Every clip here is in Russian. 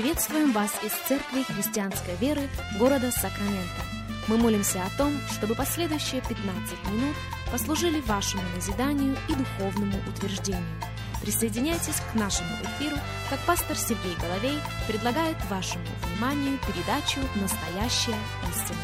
Приветствуем вас из Церкви Христианской Веры города Сакраменто. Мы молимся о том, чтобы последующие 15 минут послужили вашему назиданию и духовному утверждению. Присоединяйтесь к нашему эфиру, как пастор Сергей Головей предлагает вашему вниманию передачу «Настоящая истина».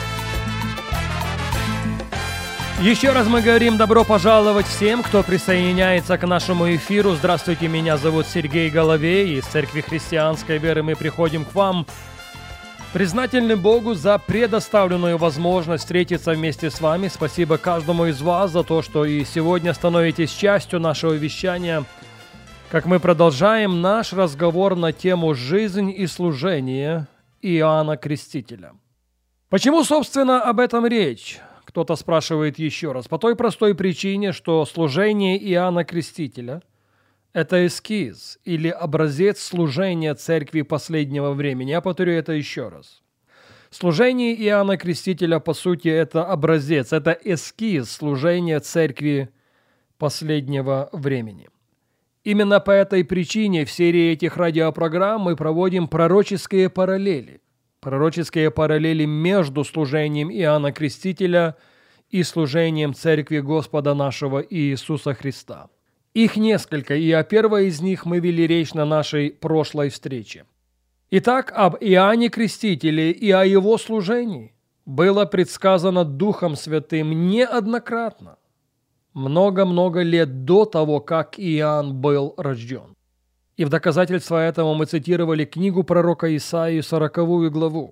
Еще раз мы говорим добро пожаловать всем, кто присоединяется к нашему эфиру. Здравствуйте, меня зовут Сергей Головей. Из Церкви Христианской Веры мы приходим к вам, признательны Богу за предоставленную возможность встретиться вместе с вами. Спасибо каждому из вас за то, что и сегодня становитесь частью нашего вещания. Как мы продолжаем наш разговор на тему «Жизнь и служение Иоанна Крестителя». Почему, собственно, об этом речь? Кто-то спрашивает еще раз. По той простой причине, что служение Иоанна Крестителя – это эскиз или образец служения церкви последнего времени. Я повторю это еще раз. Служение Иоанна Крестителя, по сути, это образец, это эскиз служения церкви последнего времени. Именно по этой причине в серии этих радиопрограмм мы проводим пророческие параллели. Пророческие параллели между служением Иоанна Крестителя и служением Церкви Господа нашего Иисуса Христа. Их несколько, и о первой из них мы вели речь на нашей прошлой встрече. Итак, об Иоанне Крестителе и о его служении было предсказано Духом Святым неоднократно, много-много лет до того, как Иоанн был рожден. И в доказательство этому мы цитировали книгу пророка Исаии, 40 главу,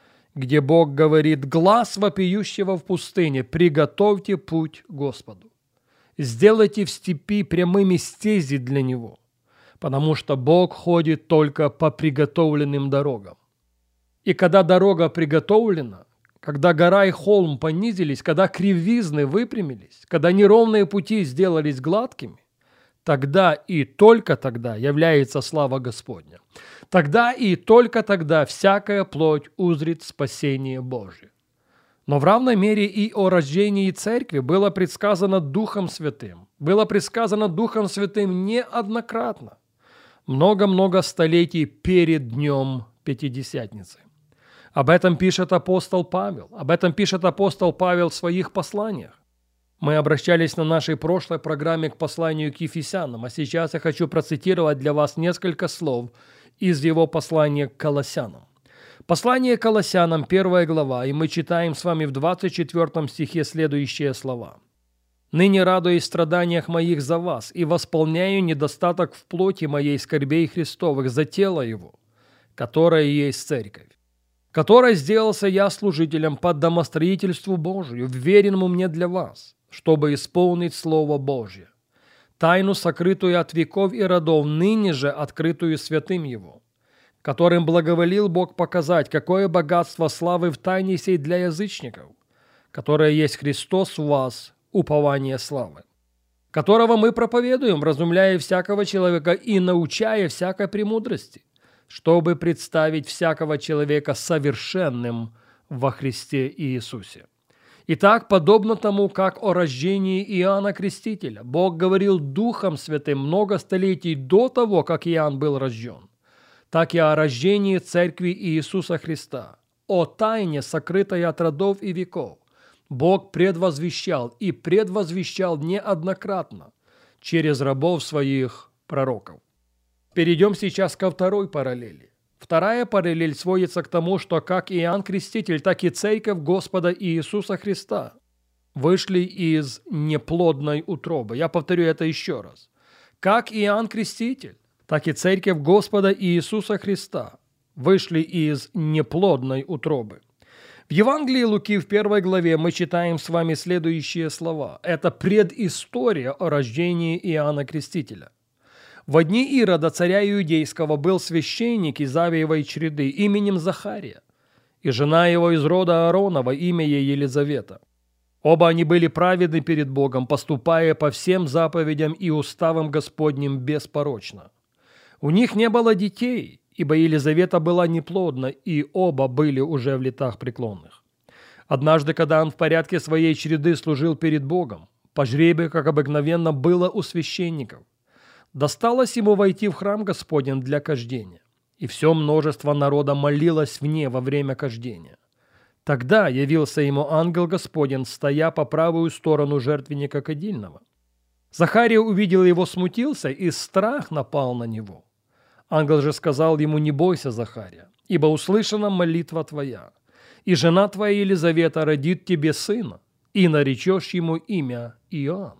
где Бог говорит: «Глас вопиющего в пустыне, приготовьте путь Господу, сделайте в степи прямыми стези для Него, потому что Бог ходит только по приготовленным дорогам». И когда дорога приготовлена, когда гора и холм понизились, когда кривизны выпрямились, когда неровные пути сделались гладкими, тогда и только тогда является слава Господня. Тогда и только тогда всякая плоть узрит спасение Божие. Но в равной мере и о рождении церкви было предсказано Духом Святым. Было предсказано Духом Святым неоднократно. Много-много столетий перед днем Пятидесятницы. Об этом пишет апостол Павел. Об этом пишет апостол Павел в своих посланиях. Мы обращались на нашей прошлой программе к посланию к Ефесянам, а сейчас я хочу процитировать для вас несколько слов из его послания к Колоссянам. Послание к Колоссянам, 1 глава, и мы читаем с вами в 24 стихе следующие слова. «Ныне радуюсь в страданиях моих за вас, и восполняю недостаток в плоти моей скорбей Христовых за тело его, которое есть церковь, которой сделался я служителем по домостроительству Божию, вверенному мне для вас, чтобы исполнить Слово Божье, тайну, сокрытую от веков и родов, ныне же открытую святым Его, которым благоволил Бог показать, какое богатство славы в тайне сей для язычников, которое есть Христос в вас, упование славы, которого мы проповедуем, вразумляя всякого человека и научая всякой премудрости, чтобы представить всякого человека совершенным во Христе Иисусе. Итак, подобно тому, как о рождении Иоанна Крестителя Бог говорил Духом Святым много столетий до того, как Иоанн был рожден, так и о рождении Церкви Иисуса Христа, о тайне, сокрытой от родов и веков, Бог предвозвещал и предвозвещал неоднократно через рабов своих пророков. Перейдем сейчас ко второй параллели. Вторая параллель сводится к тому, что как Иоанн Креститель, так и Церковь Господа Иисуса Христа вышли из неплодной утробы. Я повторю это еще раз. Как Иоанн Креститель, так и Церковь Господа Иисуса Христа вышли из неплодной утробы. В Евангелии Луки в 1 главе мы читаем с вами следующие слова. Это предыстория о рождении Иоанна Крестителя. «Во дни Ирода, царя Иудейского, был священник из Авиевой чреды именем Захария, и жена его из рода Ааронова, имя ей Елизавета. Оба они были праведны перед Богом, поступая по всем заповедям и уставам Господним беспорочно. У них не было детей, ибо Елизавета была неплодна, и оба были уже в летах преклонных. Однажды, когда он в порядке своей чреды служил перед Богом, по жребию, как обыкновенно, было у священников, досталось ему войти в храм Господень для кождения. и все множество народа молилось вне во время кождения. Тогда явился ему ангел Господень, стоя по правую сторону жертвенника кадильного. Захария увидел его, смутился, и страх напал на него. Ангел же сказал ему: «Не бойся, Захария, ибо услышана молитва твоя, и жена твоя Елизавета родит тебе сына, и наречешь ему имя Иоанн».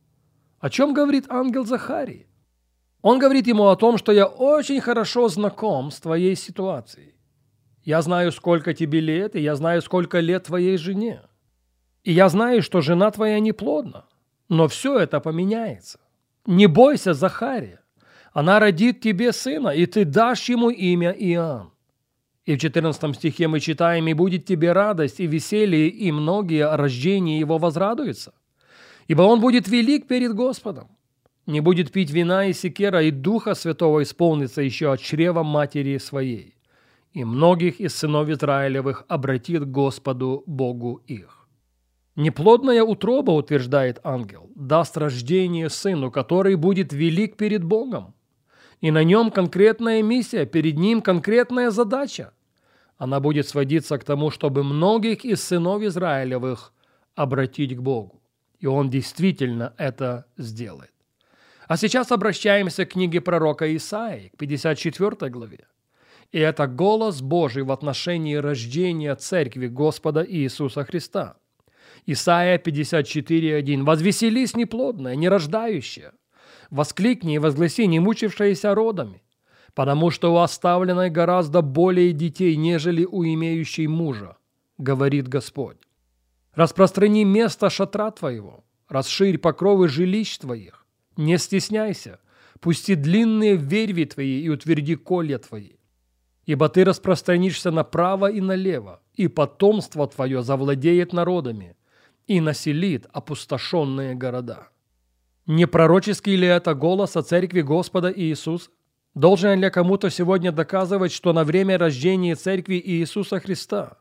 О чем говорит ангел Захарии? Он говорит ему о том, что я очень хорошо знаком с твоей ситуацией. Я знаю, сколько тебе лет, и я знаю, сколько лет твоей жене. И я знаю, что жена твоя неплодна, но все это поменяется. Не бойся, Захария, она родит тебе сына, и ты дашь ему имя Иоанн. И в 14 стихе мы читаем: «И будет тебе радость и веселье, и многие о рождении его возрадуются. Ибо он будет велик перед Господом, не будет пить вина и секера, и Духа Святого исполнится еще от чрева матери своей, и многих из сынов Израилевых обратит к Господу Богу их». Неплодная утроба, утверждает ангел, даст рождение сыну, который будет велик перед Богом. И на нем конкретная миссия, перед ним конкретная задача. Она будет сводиться к тому, чтобы многих из сынов Израилевых обратить к Богу. И он действительно это сделает. А сейчас обращаемся к книге пророка Исаии, к 54 главе. И это голос Божий в отношении рождения Церкви Господа Иисуса Христа. Исаия 54:1. «Возвеселись, неплодная, нерождающая, воскликни и возгласи, не мучившаяся родами, потому что у оставленной гораздо более детей, нежели у имеющей мужа, говорит Господь. Распространи место шатра твоего, расширь покровы жилищ твоих, не стесняйся, пусти длинные верви твои и утверди колья твои. Ибо ты распространишься направо и налево, и потомство твое завладеет народами и населит опустошенные города». Не пророческий ли это голос о Церкви Господа Иисуса? Должен ли кому-то сегодня доказывать, что на время рождения Церкви Иисуса Христа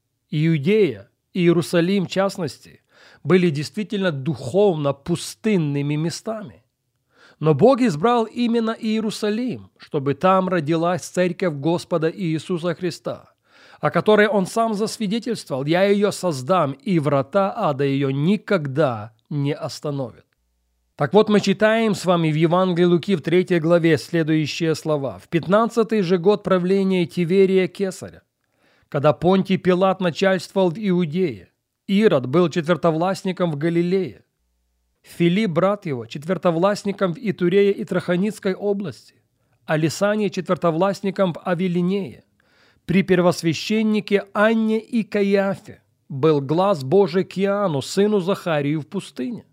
Иудея и Иерусалим, в частности, были действительно духовно пустынными местами? Но Бог избрал именно Иерусалим, чтобы там родилась Церковь Господа Иисуса Христа, о которой Он сам засвидетельствовал: «Я ее создам, и врата ада ее никогда не остановят». Так вот, мы читаем с вами в Евангелии Луки в 3 главе следующие слова. «В 15-й же год правления Тиверия Кесаря, когда Понтий Пилат начальствовал в Иудее, Ирод был четвертовластником в Галилее, Филипп, брат его, четвертовластником в Итурее и Траханицкой области, а Лисаний четвертовластником в Авелинее. При первосвященнике Анне и Каиафе был глаз Божий к Иоанну, сыну Захарию, в пустыне».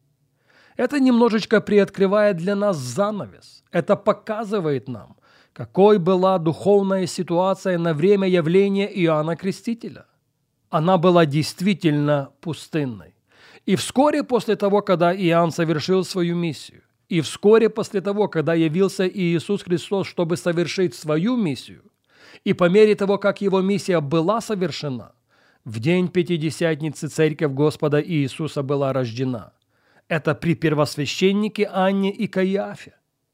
Это немножечко приоткрывает для нас занавес. Это показывает нам, какой была духовная ситуация на время явления Иоанна Крестителя. Она была действительно пустынной. И вскоре после того, когда Иоанн совершил свою миссию, и вскоре после того, когда явился Иисус Христос, чтобы совершить свою миссию, и по мере того, как его миссия была совершена, в день Пятидесятницы Церковь Господа Иисуса была рождена. Это при первосвященнике Анне и Каиафе.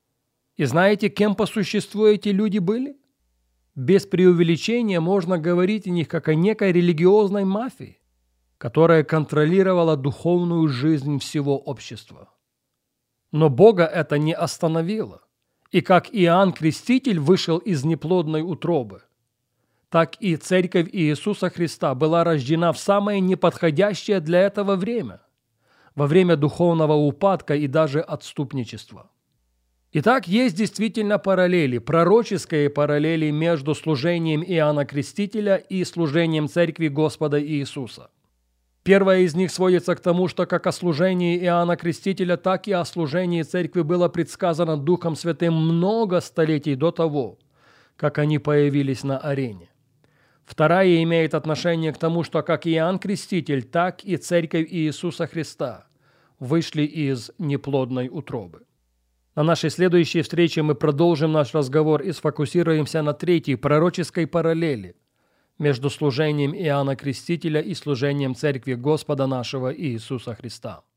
И знаете, кем по существу эти люди были? Без преувеличения можно говорить о них как о некой религиозной мафии, которая контролировала духовную жизнь всего общества. Но Бога это не остановило. И как Иоанн Креститель вышел из неплодной утробы, так и Церковь Иисуса Христа была рождена в самое неподходящее для этого время, во время духовного упадка и даже отступничества. Итак, есть действительно параллели, пророческие параллели между служением Иоанна Крестителя и служением Церкви Господа Иисуса. Первое из них сводится к тому, что как о служении Иоанна Крестителя, так и о служении Церкви было предсказано Духом Святым много столетий до того, как они появились на арене. Вторая имеет отношение к тому, что как Иоанн Креститель, так и Церковь Иисуса Христа вышли из неплодной утробы. На нашей следующей встрече мы продолжим наш разговор и сфокусируемся на третьей пророческой параллели между служением Иоанна Крестителя и служением Церкви Господа нашего Иисуса Христа.